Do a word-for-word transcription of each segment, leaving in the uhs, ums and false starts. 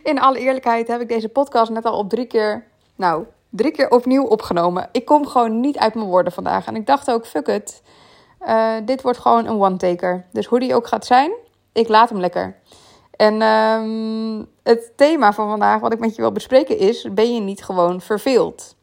In alle eerlijkheid heb ik deze podcast net al op drie keer, nou, drie keer opnieuw opgenomen. Ik kom gewoon niet uit mijn woorden vandaag. En ik dacht ook, fuck it. Uh, dit wordt gewoon een one-taker. Dus hoe die ook gaat zijn, ik laat hem lekker. En um, het thema van vandaag, wat ik met je wil bespreken is, ben je niet gewoon verveeld?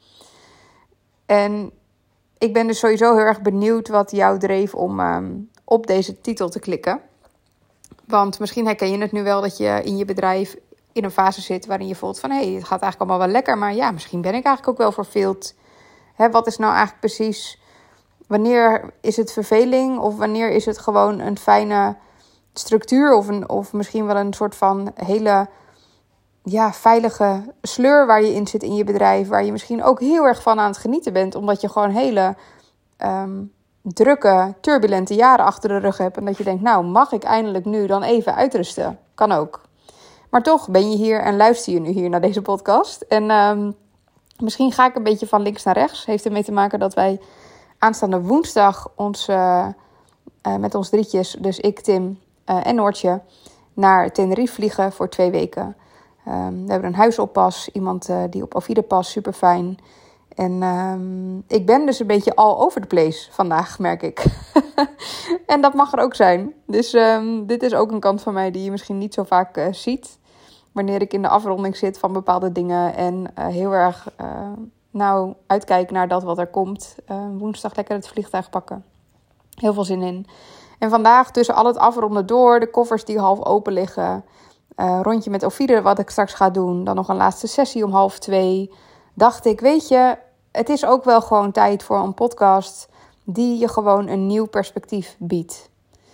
En ik ben dus sowieso heel erg benieuwd wat jou dreef om um, op deze titel te klikken. Want misschien herken je het nu wel dat je in je bedrijf in een fase zit waarin je voelt van, hé, hey, het gaat eigenlijk allemaal wel lekker, maar ja, misschien ben ik eigenlijk ook wel verveeld. Hè, wat is nou eigenlijk precies, wanneer is het verveling of wanneer is het gewoon een fijne structuur of, een, of misschien wel een soort van hele ja, veilige sleur waar je in zit in je bedrijf, waar je misschien ook heel erg van aan het genieten bent, omdat je gewoon hele um, drukke, turbulente jaren achter de rug hebt en dat je denkt, nou, mag ik eindelijk nu dan even uitrusten? Kan ook. Maar toch ben je hier en luister je nu hier naar deze podcast. En um, misschien ga ik een beetje van links naar rechts. Heeft ermee te maken dat wij aanstaande woensdag ons, uh, uh, met ons drietjes, dus ik, Tim uh, en Noortje, naar Tenerife vliegen voor twee weken. Um, we hebben een huisoppas, iemand uh, die op Ovide past, super fijn. En um, ik ben dus een beetje all over the place vandaag, merk ik. En dat mag er ook zijn. Dus um, dit is ook een kant van mij die je misschien niet zo vaak uh, ziet. Wanneer ik in de afronding zit van bepaalde dingen en uh, heel erg uh, nou uitkijk naar dat wat er komt. Uh, woensdag lekker het vliegtuig pakken. Heel veel zin in. En vandaag tussen al het afronden door, de koffers die half open liggen. Uh, rondje met Ovide wat ik straks ga doen. Dan nog een laatste sessie om half twee. Dacht ik, weet je, het is ook wel gewoon tijd voor een podcast die je gewoon een nieuw perspectief biedt.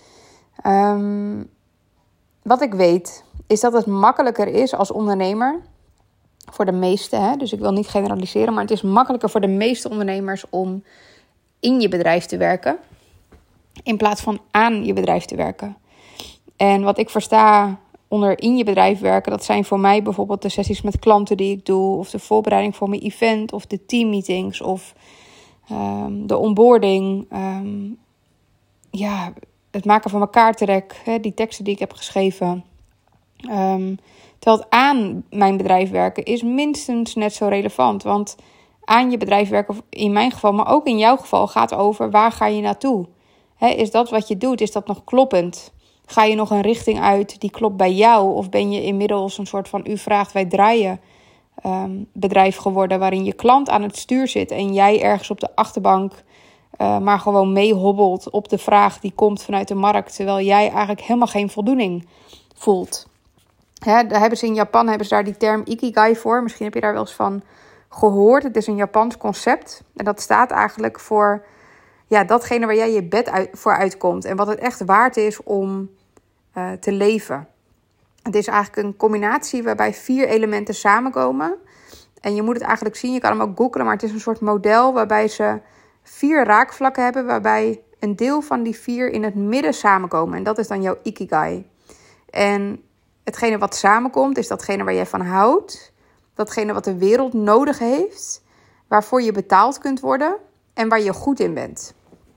Um, wat ik weet is dat het makkelijker is als ondernemer, voor de meeste, hè? Dus ik wil niet generaliseren, maar het is makkelijker voor de meeste ondernemers om in je bedrijf te werken, in plaats van aan je bedrijf te werken. En wat ik versta onder in je bedrijf werken, dat zijn voor mij bijvoorbeeld de sessies met klanten die ik doe, of de voorbereiding voor mijn event, of de teammeetings, of um, de onboarding, um, ja, het maken van mijn kaartenrek, hè, die teksten die ik heb geschreven. Um, terwijl het aan mijn bedrijf werken is minstens net zo relevant. Want aan je bedrijf werken, in mijn geval, maar ook in jouw geval, gaat over waar ga je naartoe? He, is dat wat je doet, is dat nog kloppend? Ga je nog een richting uit die klopt bij jou? Of ben je inmiddels een soort van u vraagt, wij draaien um, bedrijf geworden, waarin je klant aan het stuur zit en jij ergens op de achterbank uh, maar gewoon meehobbelt op de vraag die komt vanuit de markt, terwijl jij eigenlijk helemaal geen voldoening voelt. Hè, daar hebben ze in Japan hebben ze daar die term Ikigai voor. Misschien heb je daar wel eens van gehoord. Het is een Japans concept. En dat staat eigenlijk voor ja, datgene waar jij je bed uit, voor uitkomt. En wat het echt waard is om uh, te leven. Het is eigenlijk een combinatie waarbij vier elementen samenkomen. En je moet het eigenlijk zien. Je kan hem ook googlen. Maar het is een soort model waarbij ze vier raakvlakken hebben. Waarbij een deel van die vier in het midden samenkomen. En dat is dan jouw Ikigai. En hetgene wat samenkomt is datgene waar jij van houdt. Datgene wat de wereld nodig heeft. Waarvoor je betaald kunt worden. En waar je goed in bent.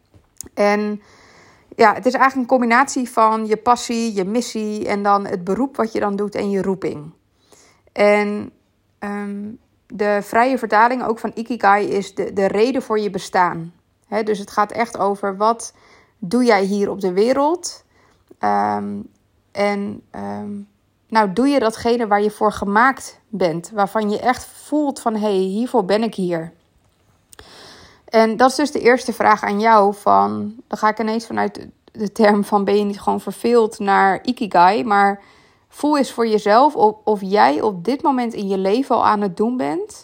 En ja, het is eigenlijk een combinatie van je passie, je missie. En dan het beroep wat je dan doet en je roeping. En um, de vrije vertaling ook van Ikigai is de, de reden voor je bestaan. He, dus het gaat echt over wat doe jij hier op de wereld. Um, en um, nou doe je datgene waar je voor gemaakt bent. Waarvan je echt voelt van hé, hey, hiervoor ben ik hier. En dat is dus de eerste vraag aan jou. Van, dan ga ik ineens vanuit de term van ben je niet gewoon verveeld naar Ikigai. Maar voel eens voor jezelf of, of jij op dit moment in je leven al aan het doen bent.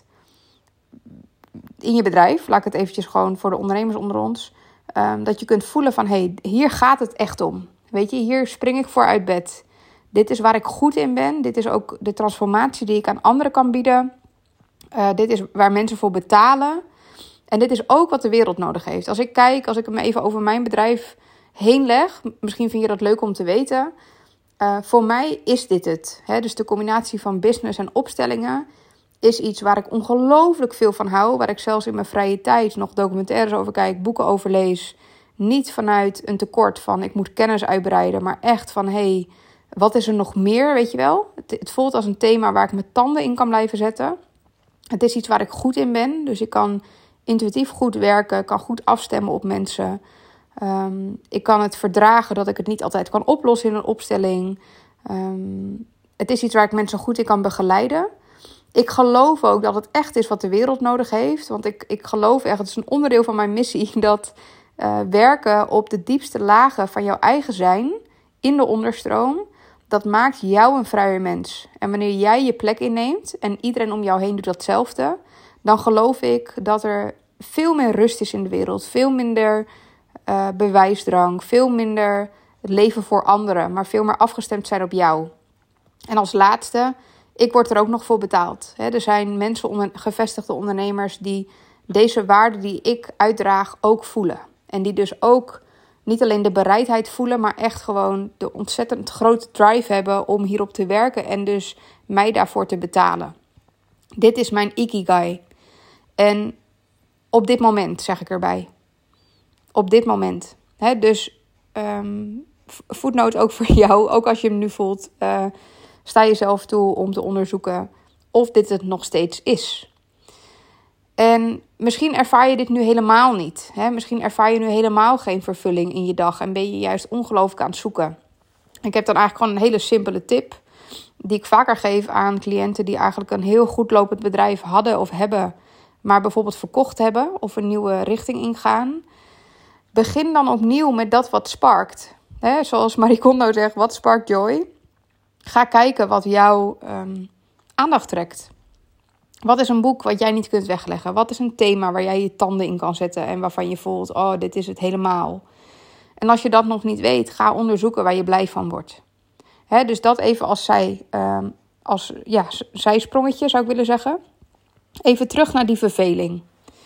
In je bedrijf, laat ik het eventjes gewoon voor de ondernemers onder ons. Um, dat je kunt voelen van hé, hey, hier gaat het echt om. Weet je, hier spring ik voor uit bed. Dit is waar ik goed in ben. Dit is ook de transformatie die ik aan anderen kan bieden. Uh, dit is waar mensen voor betalen. En dit is ook wat de wereld nodig heeft. Als ik kijk, als ik hem even over mijn bedrijf heen leg. Misschien vind je dat leuk om te weten. Uh, voor mij is dit het. Hè? Dus de combinatie van business en opstellingen is iets waar ik ongelooflijk veel van hou. Waar ik zelfs in mijn vrije tijd nog documentaires over kijk, boeken over lees. Niet vanuit een tekort van ik moet kennis uitbreiden. Maar echt van hé, hey, Wat is er nog meer, weet je wel? Het, het voelt als een thema waar ik mijn tanden in kan blijven zetten. Het is iets waar ik goed in ben. Dus ik kan intuïtief goed werken, kan goed afstemmen op mensen. Um, ik kan het verdragen dat ik het niet altijd kan oplossen in een opstelling. Um, het is iets waar ik mensen goed in kan begeleiden. Ik geloof ook dat het echt is wat de wereld nodig heeft. Want ik, ik geloof echt, het is een onderdeel van mijn missie, dat uh, werken op de diepste lagen van jouw eigen zijn, in de onderstroom, dat maakt jou een vrijer mens. En wanneer jij je plek inneemt en iedereen om jou heen doet datzelfde, dan geloof ik dat er veel meer rust is in de wereld. Veel minder uh, bewijsdrang, veel minder leven voor anderen, maar veel meer afgestemd zijn op jou. En als laatste, ik word er ook nog voor betaald. He, er zijn mensen, onder, gevestigde ondernemers, die deze waarden die ik uitdraag ook voelen. En die dus ook niet alleen de bereidheid voelen, maar echt gewoon de ontzettend grote drive hebben om hierop te werken en dus mij daarvoor te betalen. Dit is mijn ikigai. En op dit moment, zeg ik erbij. Op dit moment. He, dus um, voetnoot ook voor jou, ook als je hem nu voelt, Uh, sta jezelf toe om te onderzoeken of dit het nog steeds is. En misschien ervaar je dit nu helemaal niet. Hè? Misschien ervaar je nu helemaal geen vervulling in je dag en ben je juist ongelooflijk aan het zoeken. Ik heb dan eigenlijk gewoon een hele simpele tip die ik vaker geef aan cliënten die eigenlijk een heel goed lopend bedrijf hadden of hebben, maar bijvoorbeeld verkocht hebben of een nieuwe richting ingaan. Begin dan opnieuw met dat wat sparkt. Hè? Zoals Marie Kondo zegt, wat sparkt joy? Ga kijken wat jouw um, aandacht trekt. Wat is een boek wat jij niet kunt wegleggen? Wat is een thema waar jij je tanden in kan zetten en waarvan je voelt, oh, dit is het helemaal. En als je dat nog niet weet, ga onderzoeken waar je blij van wordt. Hè, dus dat even als, zij, um, als ja, zijsprongetje zou ik willen zeggen. Even terug naar die verveling.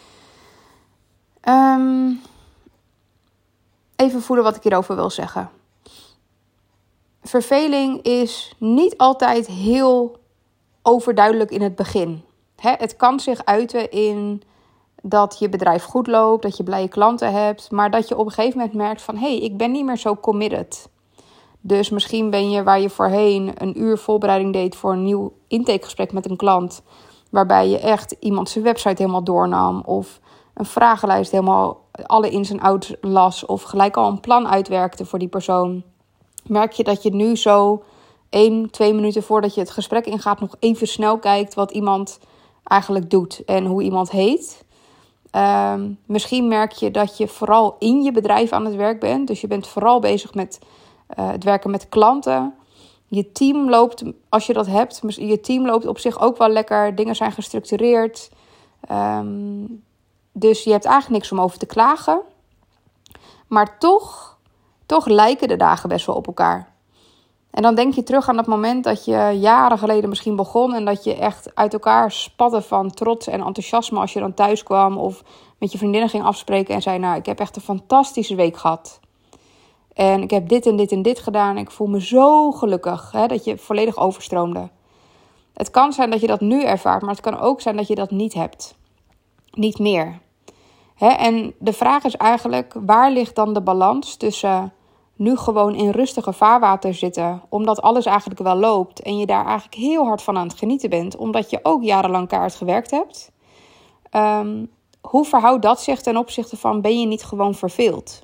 Um, even voelen wat ik hierover wil zeggen. Verveling is niet altijd heel overduidelijk in het begin. Hè, het kan zich uiten in dat je bedrijf goed loopt, dat je blije klanten hebt, maar dat je op een gegeven moment merkt van, hé, hey, ik ben niet meer zo committed. Dus misschien ben je waar je voorheen een uur voorbereiding deed voor een nieuw intakegesprek met een klant, waarbij je echt iemand zijn website helemaal doornam of een vragenlijst helemaal alle ins en outs las of gelijk al een plan uitwerkte voor die persoon. Merk je dat je nu zo één, twee minuten voordat je het gesprek ingaat nog even snel kijkt wat iemand eigenlijk doet en hoe iemand heet. Um, misschien merk je dat je vooral in je bedrijf aan het werk bent. Dus je bent vooral bezig met uh, het werken met klanten. Je team loopt, als je dat hebt, je team loopt op zich ook wel lekker. Dingen zijn gestructureerd. Um, dus je hebt eigenlijk niks om over te klagen. Maar toch, toch lijken de dagen best wel op elkaar. En dan denk je terug aan dat moment dat je jaren geleden misschien begon en dat je echt uit elkaar spatte van trots en enthousiasme als je dan thuis kwam of met je vriendinnen ging afspreken en zei, nou, ik heb echt een fantastische week gehad. En ik heb dit en dit en dit gedaan en ik voel me zo gelukkig, hè, dat je volledig overstroomde. Het kan zijn dat je dat nu ervaart, maar het kan ook zijn dat je dat niet hebt. Niet meer. Hè, en de vraag is eigenlijk, waar ligt dan de balans tussen nu gewoon in rustige vaarwater zitten, omdat alles eigenlijk wel loopt en je daar eigenlijk heel hard van aan het genieten bent, omdat je ook jarenlang keihard gewerkt hebt. Um, hoe verhoudt dat zich ten opzichte van, ben je niet gewoon verveeld?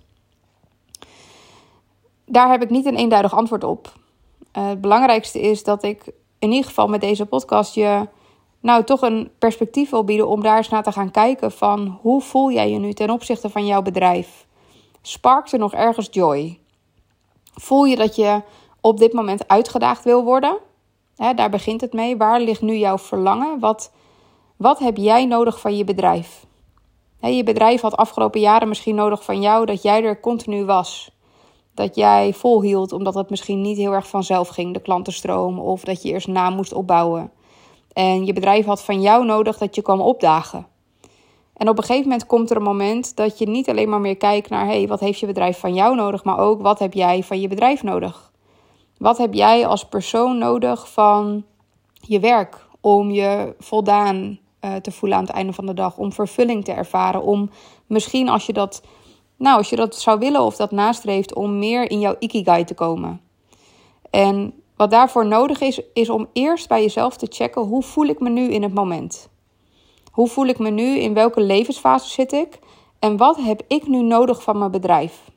Daar heb ik niet een eenduidig antwoord op. Uh, het belangrijkste is dat ik in ieder geval met deze podcast je nou toch een perspectief wil bieden om daar eens naar te gaan kijken van, hoe voel jij je nu ten opzichte van jouw bedrijf? Sparkt er nog ergens joy? Voel je dat je op dit moment uitgedaagd wil worden? Hè, daar begint het mee. Waar ligt nu jouw verlangen? Wat, wat heb jij nodig van je bedrijf? Hè, je bedrijf had afgelopen jaren misschien nodig van jou dat jij er continu was. Dat jij volhield omdat het misschien niet heel erg vanzelf ging, de klantenstroom. Of dat je eerst na moest opbouwen. En je bedrijf had van jou nodig dat je kwam opdagen. En op een gegeven moment komt er een moment dat je niet alleen maar meer kijkt naar, hey, wat heeft je bedrijf van jou nodig, maar ook wat heb jij van je bedrijf nodig? Wat heb jij als persoon nodig van je werk om je voldaan uh, te voelen aan het einde van de dag, om vervulling te ervaren, om misschien als je dat, nou, als je dat zou willen of dat nastreeft, om meer in jouw ikigai te komen. En wat daarvoor nodig is, is om eerst bij jezelf te checken, hoe voel ik me nu in het moment? Hoe voel ik me nu? In welke levensfase zit ik? En wat heb ik nu nodig van mijn bedrijf?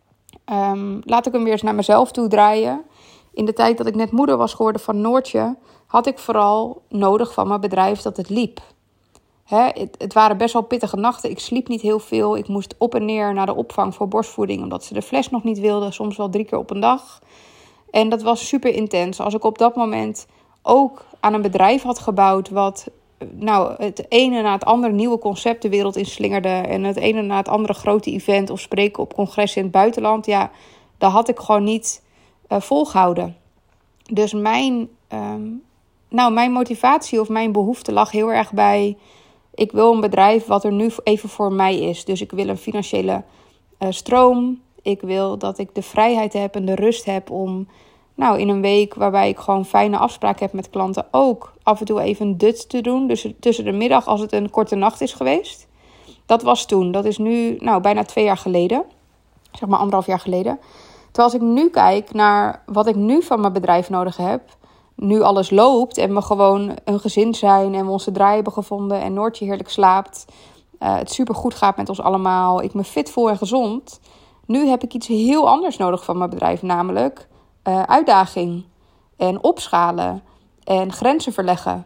Um, laat ik hem weer eens naar mezelf toe draaien. In de tijd dat ik net moeder was geworden van Noortje, had ik vooral nodig van mijn bedrijf dat het liep. Hè, het, het waren best wel pittige nachten. Ik sliep niet heel veel. Ik moest op en neer naar de opvang voor borstvoeding, omdat ze de fles nog niet wilden. Soms wel drie keer op een dag. En dat was super intens. Als ik op dat moment ook aan een bedrijf had gebouwd wat nou, het ene na het andere nieuwe concept de wereld inslingerde en het ene na het andere grote event of spreken op congressen in het buitenland, ja, dat had ik gewoon niet uh, volgehouden. Dus mijn, um, nou, mijn motivatie of mijn behoefte lag heel erg bij, ik wil een bedrijf wat er nu even voor mij is. Dus ik wil een financiële uh, stroom. Ik wil dat ik de vrijheid heb en de rust heb om, nou, in een week waarbij ik gewoon fijne afspraken heb met klanten, ook af en toe even een dut te doen. Dus tussen de middag als het een korte nacht is geweest. Dat was toen. Dat is nu, nou, bijna twee jaar geleden. Zeg maar anderhalf jaar geleden. Terwijl als ik nu kijk naar wat ik nu van mijn bedrijf nodig heb, nu alles loopt en we gewoon een gezin zijn en we onze draai hebben gevonden en Noortje heerlijk slaapt, uh, het supergoed gaat met ons allemaal, ik me fit voel en gezond. Nu heb ik iets heel anders nodig van mijn bedrijf, namelijk uh, uitdaging en opschalen en grenzen verleggen.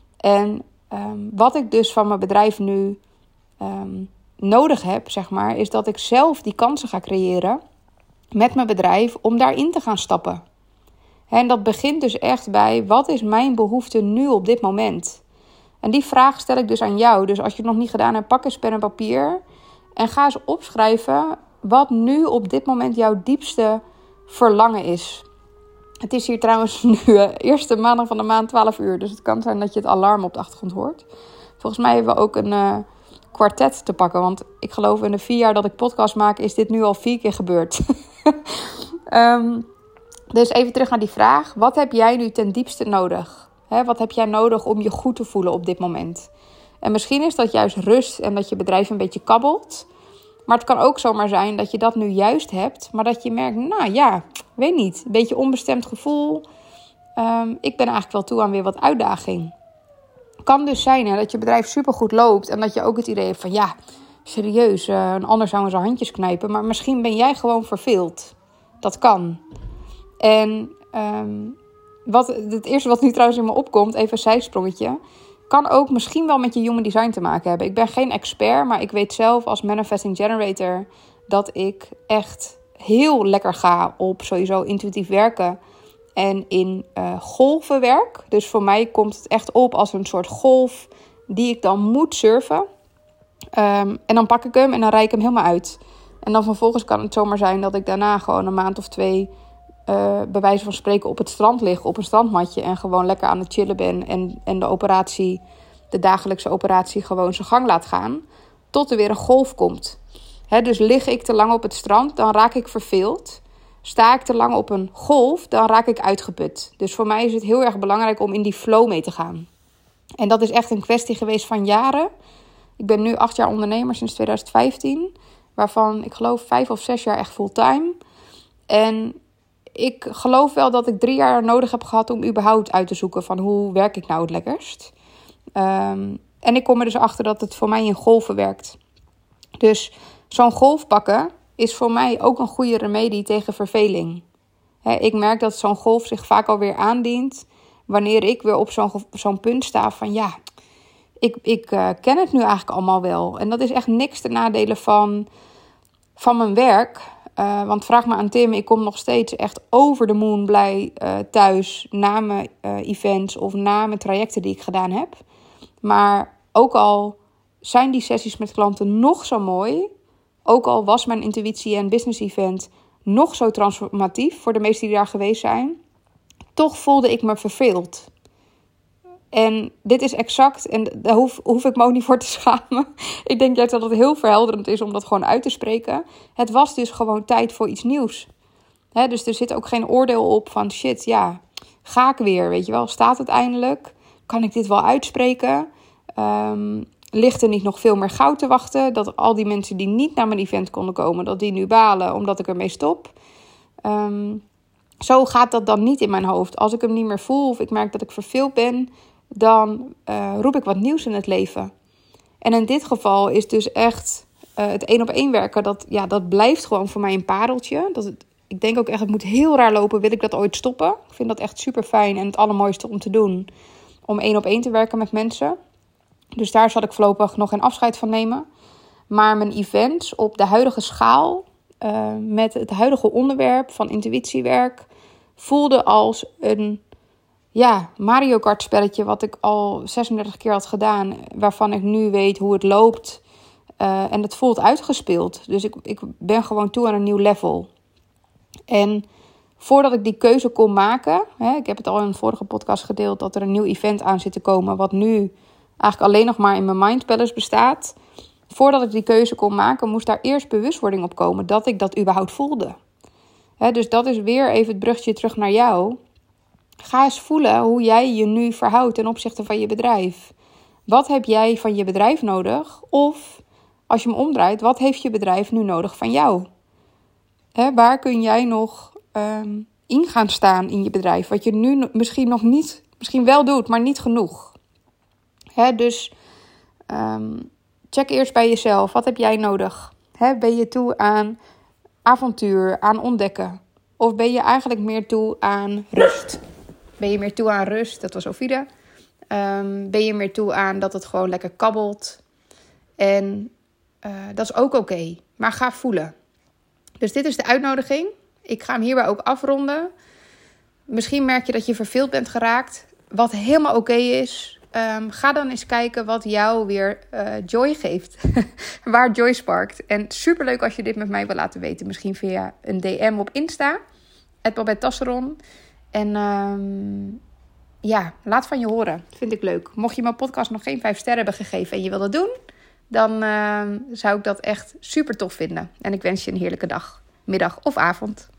En um, wat ik dus van mijn bedrijf nu um, nodig heb, zeg maar, is dat ik zelf die kansen ga creëren met mijn bedrijf om daarin te gaan stappen. En dat begint dus echt bij, wat is mijn behoefte nu op dit moment? En die vraag stel ik dus aan jou. Dus als je het nog niet gedaan hebt, pak eens pen en papier en ga eens opschrijven wat nu op dit moment jouw diepste verlangen is. Het is hier trouwens nu uh, eerste maandag van de maand twaalf uur. Dus het kan zijn dat je het alarm op de achtergrond hoort. Volgens mij hebben we ook een uh, kwartet te pakken. Want ik geloof in de vier jaar dat ik podcast maak, is dit nu al vier keer gebeurd. um, dus even terug naar die vraag. Wat heb jij nu ten diepste nodig? He, wat heb jij nodig om je goed te voelen op dit moment? En misschien is dat juist rust en dat je bedrijf een beetje kabbelt. Maar het kan ook zomaar zijn dat je dat nu juist hebt, maar dat je merkt, nou ja, weet niet, een beetje onbestemd gevoel. Um, ik ben eigenlijk wel toe aan weer wat uitdaging. Kan dus zijn hè, dat je bedrijf supergoed loopt en dat je ook het idee hebt van, ja, serieus, uh, een ander zou in zijn handjes knijpen. Maar misschien ben jij gewoon verveeld. Dat kan. En um, wat, het eerste wat nu trouwens in me opkomt, even een zijsprongetje, kan ook misschien wel met je human design te maken hebben. Ik ben geen expert, maar ik weet zelf als manifesting generator dat ik echt heel lekker ga op sowieso intuïtief werken en in uh, golven werk. Dus voor mij komt het echt op als een soort golf die ik dan moet surfen. Um, en dan pak ik hem en dan rijd ik hem helemaal uit. En dan vervolgens kan het zomaar zijn dat ik daarna gewoon een maand of twee Uh, bij wijze van spreken op het strand liggen, op een strandmatje en gewoon lekker aan het chillen ben en, en de operatie, de dagelijkse operatie gewoon zijn gang laat gaan, tot er weer een golf komt. He, dus lig ik te lang op het strand, dan raak ik verveeld. Sta ik te lang op een golf, dan raak ik uitgeput. Dus voor mij is het heel erg belangrijk om in die flow mee te gaan. En dat is echt een kwestie geweest van jaren. Ik ben nu acht jaar ondernemer sinds twintig vijftien, waarvan ik geloof vijf of zes jaar echt fulltime. En ik geloof wel dat ik drie jaar nodig heb gehad om überhaupt uit te zoeken van hoe werk ik nou het lekkerst. Um, en ik kom er dus achter dat het voor mij in golven werkt. Dus zo'n golf pakken is voor mij ook een goede remedie tegen verveling. He, ik merk dat zo'n golf zich vaak alweer aandient wanneer ik weer op zo'n, zo'n punt sta van ja, ik, ik uh, ken het nu eigenlijk allemaal wel. En dat is echt niks ten nadele van, van mijn werk. Uh, want vraag me aan Tim, ik kom nog steeds echt over de moon blij uh, thuis na mijn uh, events of na mijn trajecten die ik gedaan heb. Maar ook al zijn die sessies met klanten nog zo mooi, ook al was mijn intuïtie en business event nog zo transformatief voor de meesten die daar geweest zijn, toch voelde ik me verveeld. En dit is exact, en daar hoef, hoef ik me ook niet voor te schamen. Ik denk juist dat het heel verhelderend is om dat gewoon uit te spreken. Het was dus gewoon tijd voor iets nieuws. He, dus er zit ook geen oordeel op van shit, ja, ga ik weer, weet je wel. Staat het eindelijk? Kan ik dit wel uitspreken? Um, ligt er niet nog veel meer goud te wachten? Dat al die mensen die niet naar mijn event konden komen, dat die nu balen omdat ik ermee stop. Um, zo gaat dat dan niet in mijn hoofd. Als ik hem niet meer voel of ik merk dat ik verveeld ben, dan uh, roep ik wat nieuws in het leven. En in dit geval is dus echt uh, het één op één werken, dat, ja, dat blijft gewoon voor mij een pareltje. Dat het, ik denk ook echt, het moet heel raar lopen, wil ik dat ooit stoppen. Ik vind dat echt super fijn en het allermooiste om te doen, om één op één te werken met mensen. Dus daar zal ik voorlopig nog geen afscheid van nemen. Maar mijn events op de huidige schaal, uh, met het huidige onderwerp van intuïtiewerk, voelde als een ja, Mario Kart spelletje wat ik al zesendertig keer had gedaan, waarvan ik nu weet hoe het loopt. Uh, en het voelt uitgespeeld. Dus ik, ik ben gewoon toe aan een nieuw level. En voordat ik die keuze kon maken, hè, ik heb het al in een vorige podcast gedeeld, dat er een nieuw event aan zit te komen, wat nu eigenlijk alleen nog maar in mijn Mind Palace bestaat. Voordat ik die keuze kon maken, moest daar eerst bewustwording op komen dat ik dat überhaupt voelde. Hè, dus dat is weer even het bruggetje terug naar jou. Ga eens voelen hoe jij je nu verhoudt ten opzichte van je bedrijf. Wat heb jij van je bedrijf nodig? Of, als je hem omdraait, wat heeft je bedrijf nu nodig van jou? Hè, waar kun jij nog um, in gaan staan in je bedrijf? Wat je nu misschien nog niet, misschien wel doet, maar niet genoeg. Hè, dus um, check eerst bij jezelf. Wat heb jij nodig? Hè, ben je toe aan avontuur, aan ontdekken? Of ben je eigenlijk meer toe aan rust? Ben je meer toe aan rust? Dat was Ovide. Um, ben je meer toe aan dat het gewoon lekker kabbelt? En uh, dat is ook oké. Okay. Maar ga voelen. Dus dit is de uitnodiging. Ik ga hem hierbij ook afronden. Misschien merk je dat je verveeld bent geraakt. Wat helemaal oké okay is. Um, ga dan eens kijken wat jou weer uh, joy geeft. Waar joy sparkt. En superleuk als je dit met mij wil laten weten. Misschien via een D M op Insta. at Babette Tasseron. En um, ja, laat van je horen. Vind ik leuk. Mocht je mijn podcast nog geen vijf sterren hebben gegeven en je wil dat doen, dan uh, zou ik dat echt super tof vinden. En ik wens je een heerlijke dag, middag of avond.